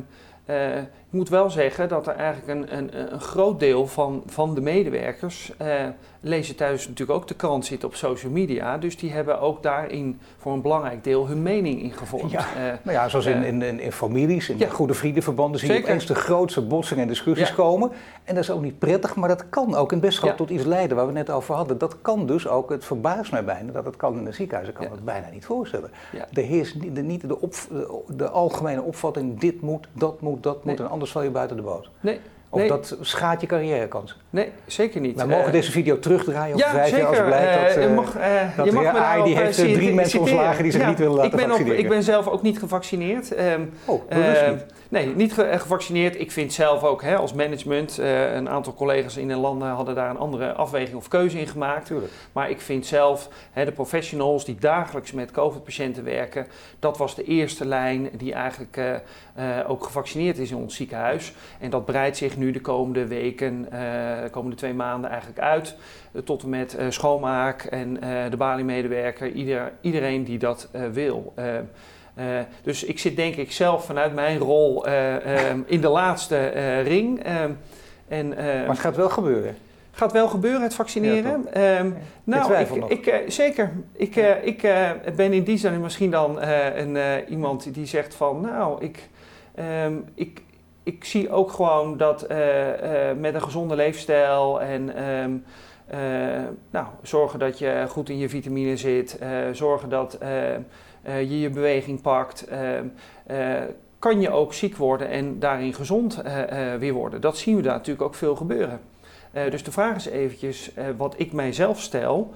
Ik moet wel zeggen dat er eigenlijk een groot deel van de medewerkers lezen thuis natuurlijk ook de krant, zitten op social media. Dus die hebben ook daarin voor een belangrijk deel hun mening ingevormd. Ja, zoals in families, in goede vriendenverbanden zie je opeens de grootste botsingen en discussies komen. En dat is ook niet prettig, maar dat kan ook in best wel tot iets leiden waar we het net over hadden. Dat kan dus ook, het verbaast mij bijna, dat het kan in een ziekenhuis. Ik kan het bijna niet voorstellen. Ja. Er heerst niet de algemene opvatting, dit moet, dat moet en anders val je buiten de boot. Nee. Of dat schaadt je carrièrekans? Nee, zeker niet. Wij mogen deze video terugdraaien over 5 jaar als blijkt dat AI die heeft 3 mensen ontslagen die zich niet willen laten vaccineren. Ik ben zelf ook niet gevaccineerd. Bewust niet? Nee, niet gevaccineerd. Ik vind zelf ook als management, een aantal collega's in de landen hadden daar een andere afweging of keuze in gemaakt. Tuurlijk. Maar ik vind zelf, de professionals die dagelijks met COVID-patiënten werken, dat was de eerste lijn die eigenlijk ook gevaccineerd is in ons ziekenhuis. En dat breidt zich nu de komende weken, de komende 2 maanden eigenlijk uit. Tot en met schoonmaak en de baliemedewerker, iedereen die dat wil. Dus ik zit denk ik zelf vanuit mijn rol in de laatste ring. Maar het gaat wel gebeuren? Gaat wel gebeuren, het vaccineren. Zeker. Ik ben in die zin misschien dan iemand die zegt van, ik zie ook gewoon dat met een gezonde leefstijl en zorgen dat je goed in je vitamine zit, zorgen dat je beweging pakt, kan je ook ziek worden en daarin gezond weer worden. Dat zien we daar natuurlijk ook veel gebeuren. Dus de vraag is eventjes, wat ik mijzelf stel,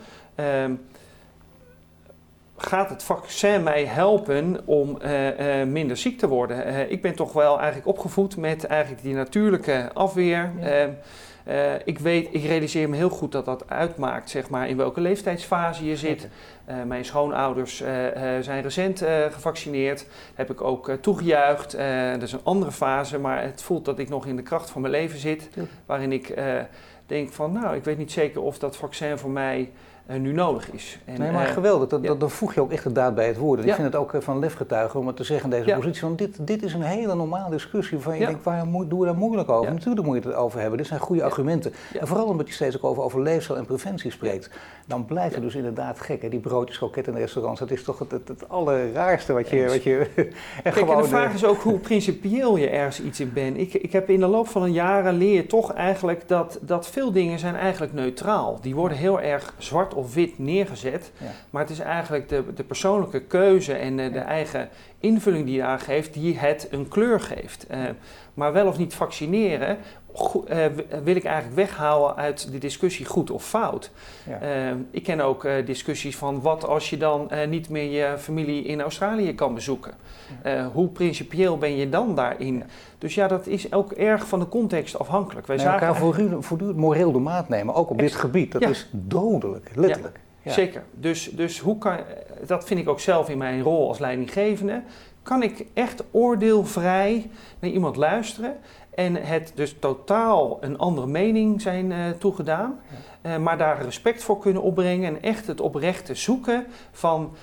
gaat het vaccin mij helpen om minder ziek te worden? Ik ben toch wel eigenlijk opgevoed met eigenlijk die natuurlijke afweer. Ja. Ik realiseer me heel goed dat dat uitmaakt, zeg maar, in welke leeftijdsfase je zit. Mijn schoonouders zijn recent gevaccineerd. Dat heb ik ook toegejuicht. Dat is een andere fase, maar het voelt dat ik nog in de kracht van mijn leven zit. Ja. Waarin ik denk van, ik weet niet zeker of dat vaccin voor mij nu nodig is. En, maar geweldig, dan voeg je ook echt de daad bij het woord. Ik vind het ook van lefgetuigen om het te zeggen in deze positie. Want dit is een hele normale discussie waarvan je denkt, waarom doen we daar moeilijk over? Ja. Natuurlijk moet je het over hebben, dit zijn goede argumenten. Ja. En vooral omdat je steeds ook over leefstijl en preventie spreekt. Dan blijft het dus inderdaad gek. Hè? Die broodjes, kroketten in restaurants, dat is toch het allerraarste wat je Kijk, en de vraag is ook hoe principieel je ergens iets in bent. Ik heb in de loop van de jaren leer je toch eigenlijk dat veel dingen zijn eigenlijk neutraal. Die worden heel erg zwart of wit neergezet, maar het is eigenlijk de persoonlijke keuze en de eigen invulling die je aan geeft, die het een kleur geeft. Maar wel of niet vaccineren wil ik eigenlijk weghalen uit de discussie goed of fout. Ja. Ik ken ook discussies van wat als je dan niet meer je familie in Australië kan bezoeken. Hoe principieel ben je dan daarin? Ja. Dus dat is ook erg van de context afhankelijk. Wij zagen elkaar voortdurend moreel de maat nemen, ook op dit gebied. Dat is dodelijk, letterlijk. Ja. Zeker. Dus hoe kan, dat vind ik ook zelf in mijn rol als leidinggevende. Kan ik echt oordeelvrij naar iemand luisteren en het dus totaal een andere mening zijn toegedaan, maar daar respect voor kunnen opbrengen en echt het oprechte zoeken van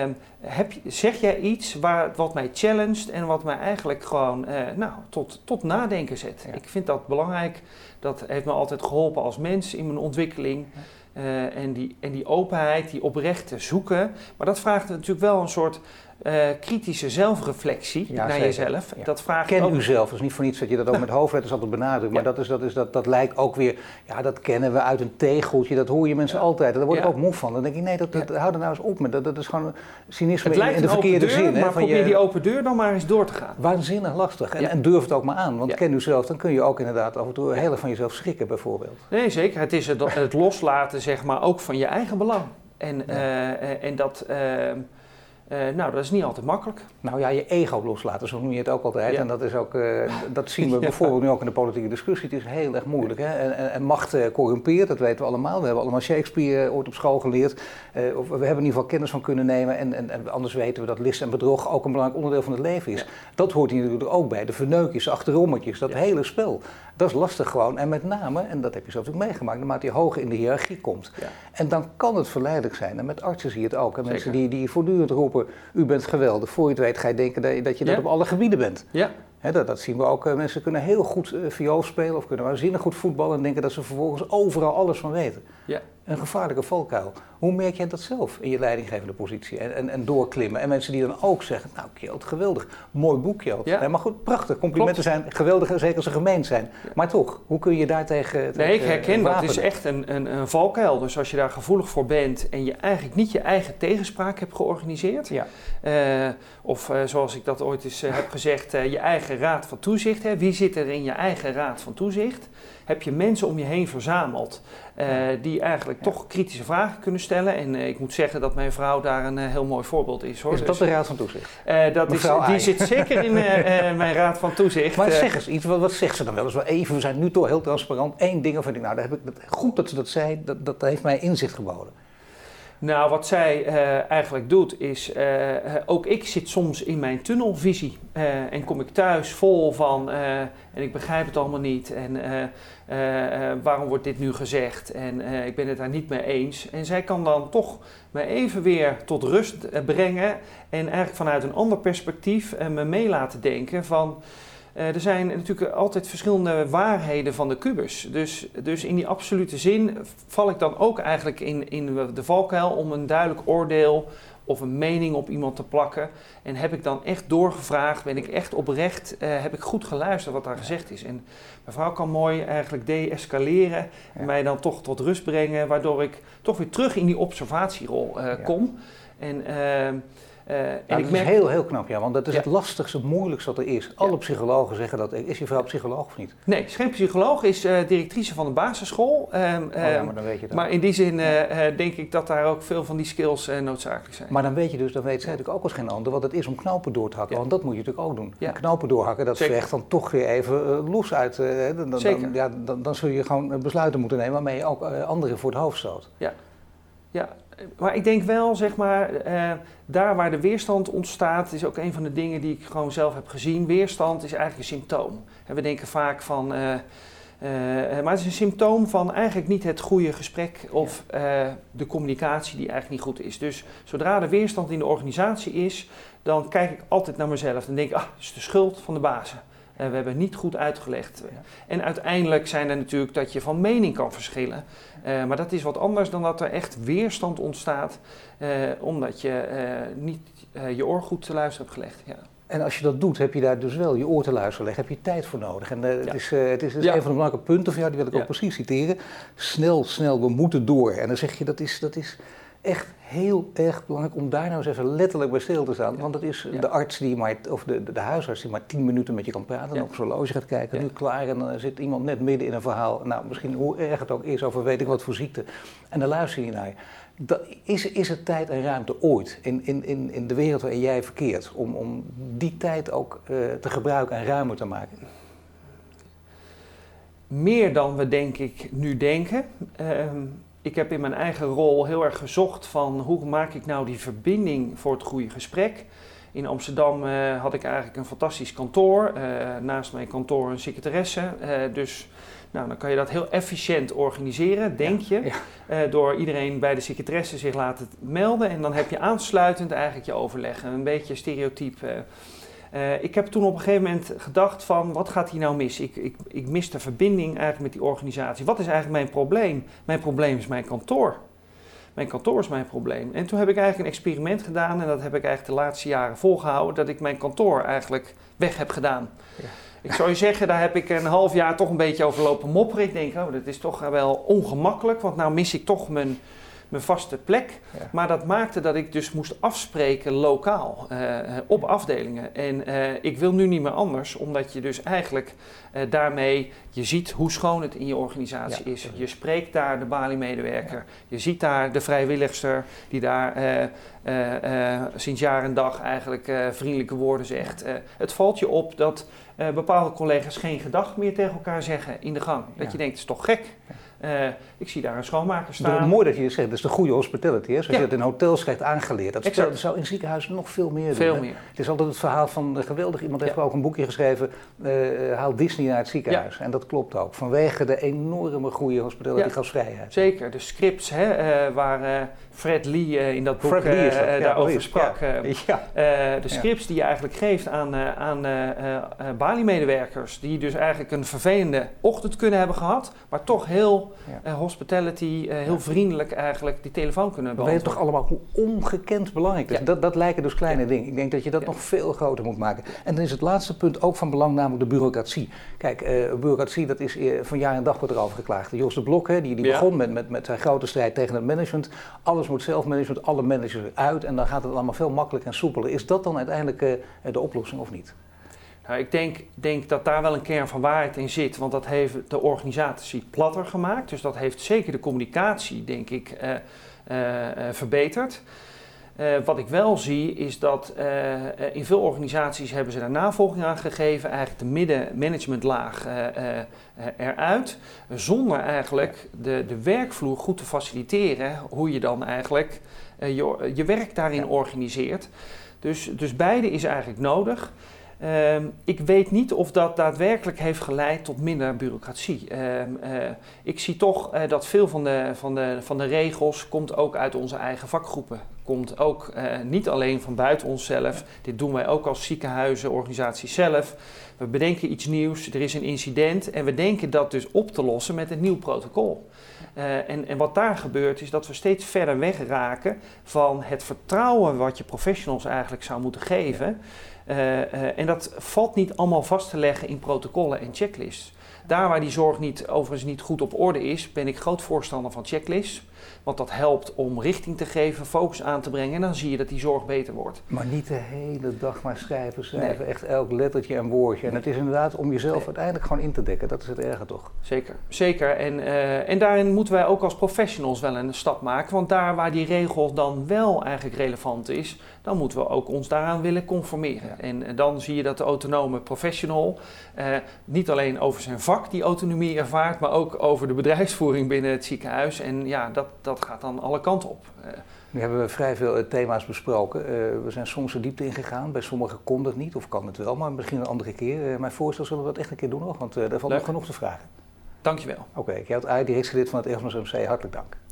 zeg jij iets wat mij challenged en wat mij eigenlijk gewoon tot nadenken zet. Ja. Ik vind dat belangrijk. Dat heeft me altijd geholpen als mens in mijn ontwikkeling. En die openheid, die oprechte zoeken. Maar dat vraagt natuurlijk wel een soort kritische zelfreflectie naar zeker. jezelf. Ja. Dat vraagt Ken ook... uzelf, dat is niet voor niets dat je dat ook met hoofdletters altijd benadrukt. Maar dat lijkt ook weer, dat kennen we uit een tegeltje, dat hoor je mensen altijd. Daar word ik ook moe van. Dan denk ik, nee, hou er nou eens op met. Dat is gewoon cynisme in de verkeerde deur, zin. Maar probeer die open deur dan maar eens door te gaan. Waanzinnig lastig. En durf het ook maar aan. Want ken uzelf, dan kun je ook inderdaad af en toe heel erg van jezelf schrikken bijvoorbeeld. Nee, zeker. Het is het loslaten, zeg maar, ook van je eigen belang. En dat... dat is niet altijd makkelijk. Nou ja, je ego loslaten, zo noem je het ook altijd. Ja. En dat is ook, dat zien we bijvoorbeeld nu ook in de politieke discussie. Het is heel erg moeilijk. Hè? En macht corrumpeert, dat weten we allemaal. We hebben allemaal Shakespeare ooit op school geleerd. Of we hebben in ieder geval kennis van kunnen nemen. En anders weten we dat list en bedrog ook een belangrijk onderdeel van het leven is. Ja. Dat hoort hier natuurlijk ook bij. De verneukjes, achterrommetjes, dat hele spel. Dat is lastig gewoon. En met name, en dat heb je zelf ook meegemaakt, naarmate je hoger in de hiërarchie komt. Ja. En dan kan het verleidelijk zijn. En met artsen zie je het ook. En mensen die voortdurend roepen, u bent geweldig. Voor je het weet ga je denken dat je dat op alle gebieden bent. Ja. Dat zien we ook. Mensen kunnen heel goed viool spelen of kunnen waanzinnig goed voetballen en denken dat ze vervolgens overal alles van weten. Ja. Een gevaarlijke valkuil. Hoe merk jij dat zelf in je leidinggevende positie en doorklimmen? En mensen die dan ook zeggen, nou Kjeld, geweldig, mooi boek Kjeld. Ja. Maar goed, prachtig, complimenten zijn geweldig, zeker als ze gemeend zijn. Ja. Maar toch, hoe kun je daar tegen Nee, ik herken dat. Het is echt een valkuil. Dus als je daar gevoelig voor bent en je eigenlijk niet je eigen tegenspraak hebt georganiseerd. Ja. Zoals ik dat ooit eens heb gezegd, je eigen raad van toezicht. Hè. Wie zit er in je eigen raad van toezicht? Heb je mensen om je heen verzameld die eigenlijk toch kritische vragen kunnen stellen. En ik moet zeggen dat mijn vrouw daar een heel mooi voorbeeld is. Hoor. Is dat de raad van toezicht? Die zit zeker in mijn raad van toezicht. Maar zeg eens iets, wat zegt ze dan wel eens? Wel even, we zijn nu toch heel transparant. Eén ding waarvan ik, goed dat ze dat zei, dat heeft mij inzicht geboden. Nou, wat zij eigenlijk doet is, ook ik zit soms in mijn tunnelvisie en kom ik thuis vol van en ik begrijp het allemaal niet en waarom wordt dit nu gezegd en ik ben het daar niet mee eens. En zij kan dan toch me even weer tot rust brengen en eigenlijk vanuit een ander perspectief me mee laten denken van... Er zijn natuurlijk altijd verschillende waarheden van de kubus. Dus in die absolute zin val ik dan ook eigenlijk in de valkuil om een duidelijk oordeel of een mening op iemand te plakken. En heb ik dan echt doorgevraagd, ben ik echt oprecht, heb ik goed geluisterd wat daar gezegd is. En mevrouw kan mooi eigenlijk de-escaleren en mij dan toch tot rust brengen, waardoor ik toch weer terug in die observatierol kom. En ik merk... is heel knap, want dat is het lastigste, het moeilijkste wat er is. Alle psychologen zeggen dat. Is je vrouw psycholoog of niet? Nee, is geen psycholoog, is directrice van een basisschool. Maar dan weet je dat. Maar in die zin denk ik dat daar ook veel van die skills noodzakelijk zijn. Maar dan weet je dus, dan weet zij natuurlijk ook als geen ander wat het is om knopen door te hakken. Want dat moet je natuurlijk ook doen. Ja. Knopen doorhakken, dat vergt dan toch weer even los uit. Dan zul je gewoon besluiten moeten nemen waarmee je ook anderen voor het hoofd stoot. Ja, maar ik denk wel, zeg maar, daar waar de weerstand ontstaat, is ook een van de dingen die ik gewoon zelf heb gezien. Weerstand is eigenlijk een symptoom. En we denken vaak van, maar het is een symptoom van eigenlijk niet het goede gesprek of de communicatie die eigenlijk niet goed is. Dus zodra er weerstand in de organisatie is, dan kijk ik altijd naar mezelf en denk ik, het is de schuld van de bazen. We hebben niet goed uitgelegd. Ja. En uiteindelijk zijn er natuurlijk dat je van mening kan verschillen. Maar dat is wat anders dan dat er echt weerstand ontstaat. Omdat je niet je oor goed te luisteren hebt gelegd. Ja. En als je dat doet, heb je daar dus wel je oor te luisteren leggen. Heb je tijd voor nodig. En het is een van de belangrijke punten van jou, die wil ik ook precies citeren. Snel, we moeten door. En dan zeg je, dat is echt heel erg belangrijk om daar nou eens even letterlijk bij stil te staan. Want dat is de arts die maar, of de huisarts die maar 10 minuten met je kan praten en op zo'n horloge gaat kijken. Nu klaar en dan zit iemand net midden in een verhaal. Nou, misschien hoe erg het ook is over weet ik wat voor ziekte. En dan luister je naar je. Is er tijd en ruimte ooit in de wereld waarin jij verkeert om die tijd ook te gebruiken en ruimer te maken? Meer dan we denk ik nu denken. Ik heb in mijn eigen rol heel erg gezocht van hoe maak ik nou die verbinding voor het goede gesprek. In Amsterdam had ik eigenlijk een fantastisch kantoor. Naast mijn kantoor een secretaresse. Dus dan kan je dat heel efficiënt organiseren, denk je. Ja. Door iedereen bij de secretaresse zich laten melden. En dan heb je aansluitend eigenlijk je overleg. Een beetje stereotyp. Ik heb toen op een gegeven moment gedacht van, wat gaat hier nou mis? Ik mis de verbinding eigenlijk met die organisatie. Wat is eigenlijk mijn probleem? Mijn probleem is mijn kantoor. Mijn kantoor is mijn probleem. En toen heb ik eigenlijk een experiment gedaan en dat heb ik eigenlijk de laatste jaren volgehouden, dat ik mijn kantoor eigenlijk weg heb gedaan. Ja. Ik zou je zeggen, daar heb ik een half jaar toch een beetje over lopen mopperen. Ik denk, dat is toch wel ongemakkelijk, want nou mis ik toch mijn vaste plek. Ja. Maar dat maakte dat ik dus moest afspreken lokaal op afdelingen. En ik wil nu niet meer anders, omdat je dus eigenlijk daarmee, je ziet hoe schoon het in je organisatie is. Je spreekt daar de Bali-medewerker. Ja. Je ziet daar de vrijwilligster die daar sinds jaar en dag eigenlijk vriendelijke woorden zegt. Het valt je op dat bepaalde collega's geen gedag meer tegen elkaar zeggen in de gang. Dat je denkt, het is toch gek? Ik zie daar een schoonmaker staan. Het is mooi dat je dit zegt, dat is de goede hospitality. Hè? Zoals je het in hotels krijgt aangeleerd. Dat zou in ziekenhuizen nog veel meer doen. Meer. Het is altijd het verhaal van geweldig. Iemand heeft ook een boekje geschreven, haal Disney naar het ziekenhuis. Ja. En dat klopt ook. Vanwege de enorme goede hospitality gastvrijheid. Zeker, de scripts waar Fred Lee in dat boek daarover sprak. De scripts die je eigenlijk geeft aan Bali-medewerkers, die dus eigenlijk een vervelende ochtend kunnen hebben gehad, maar toch heel hospitality, heel vriendelijk eigenlijk die telefoon kunnen beantwoorden. We weten toch allemaal hoe ongekend belangrijk het is. Dat lijken dus kleine dingen. Ik denk dat je dat nog veel groter moet maken. En dan is het laatste punt ook van belang, namelijk de bureaucratie. Kijk, bureaucratie, dat is van jaar en dag wordt erover geklaagd. Jos de Blok, die begon met zijn grote strijd tegen het management. Alles moet zelfmanagement, alle managers uit en dan gaat het allemaal veel makkelijker en soepeler. Is dat dan uiteindelijk de oplossing of niet? Nou, ik denk dat daar wel een kern van waarheid in zit, want dat heeft de organisatie platter gemaakt. Dus dat heeft zeker de communicatie, denk ik, verbeterd. Wat ik wel zie is dat in veel organisaties hebben ze daar navolging aan gegeven, eigenlijk de middenmanagementlaag eruit, zonder eigenlijk de werkvloer goed te faciliteren, hoe je dan eigenlijk je werk daarin organiseert. Dus beide is eigenlijk nodig. Ik weet niet of dat daadwerkelijk heeft geleid tot minder bureaucratie. Ik zie toch dat veel van de regels komt ook uit onze eigen vakgroepen. Komt ook niet alleen van buiten onszelf. Dit doen wij ook als ziekenhuizen, organisaties zelf. We bedenken iets nieuws, er is een incident en we denken dat dus op te lossen met een nieuw protocol. En wat daar gebeurt is dat we steeds verder wegraken van het vertrouwen wat je professionals eigenlijk zou moeten geven. En dat valt niet allemaal vast te leggen in protocollen en checklists. Daar waar die zorg overigens niet goed op orde is, ben ik groot voorstander van checklists. Want dat helpt om richting te geven, focus aan te brengen en dan zie je dat die zorg beter wordt. Maar niet de hele dag maar schrijven, echt elk lettertje en woordje. En het is inderdaad om jezelf uiteindelijk gewoon in te dekken, dat is het erge toch? Zeker. En daarin moeten wij ook als professionals wel een stap maken. Want daar waar die regel dan wel eigenlijk relevant is, dan moeten we ook ons daaraan willen conformeren. Ja. En dan zie je dat de autonome professional niet alleen over zijn vak die autonomie ervaart, maar ook over de bedrijfsvoering binnen het ziekenhuis. En ja, dat gaat dan alle kanten op. Nu hebben we vrij veel thema's besproken. We zijn soms de diepte ingegaan. Bij sommigen kon dat niet of kan het wel, maar misschien een andere keer. Mijn voorstel zullen we dat echt een keer doen nog, want daar valt nog genoeg te vragen. Dankjewel. Oké, Gert Ui, directielid van het Erasmus MC, hartelijk dank.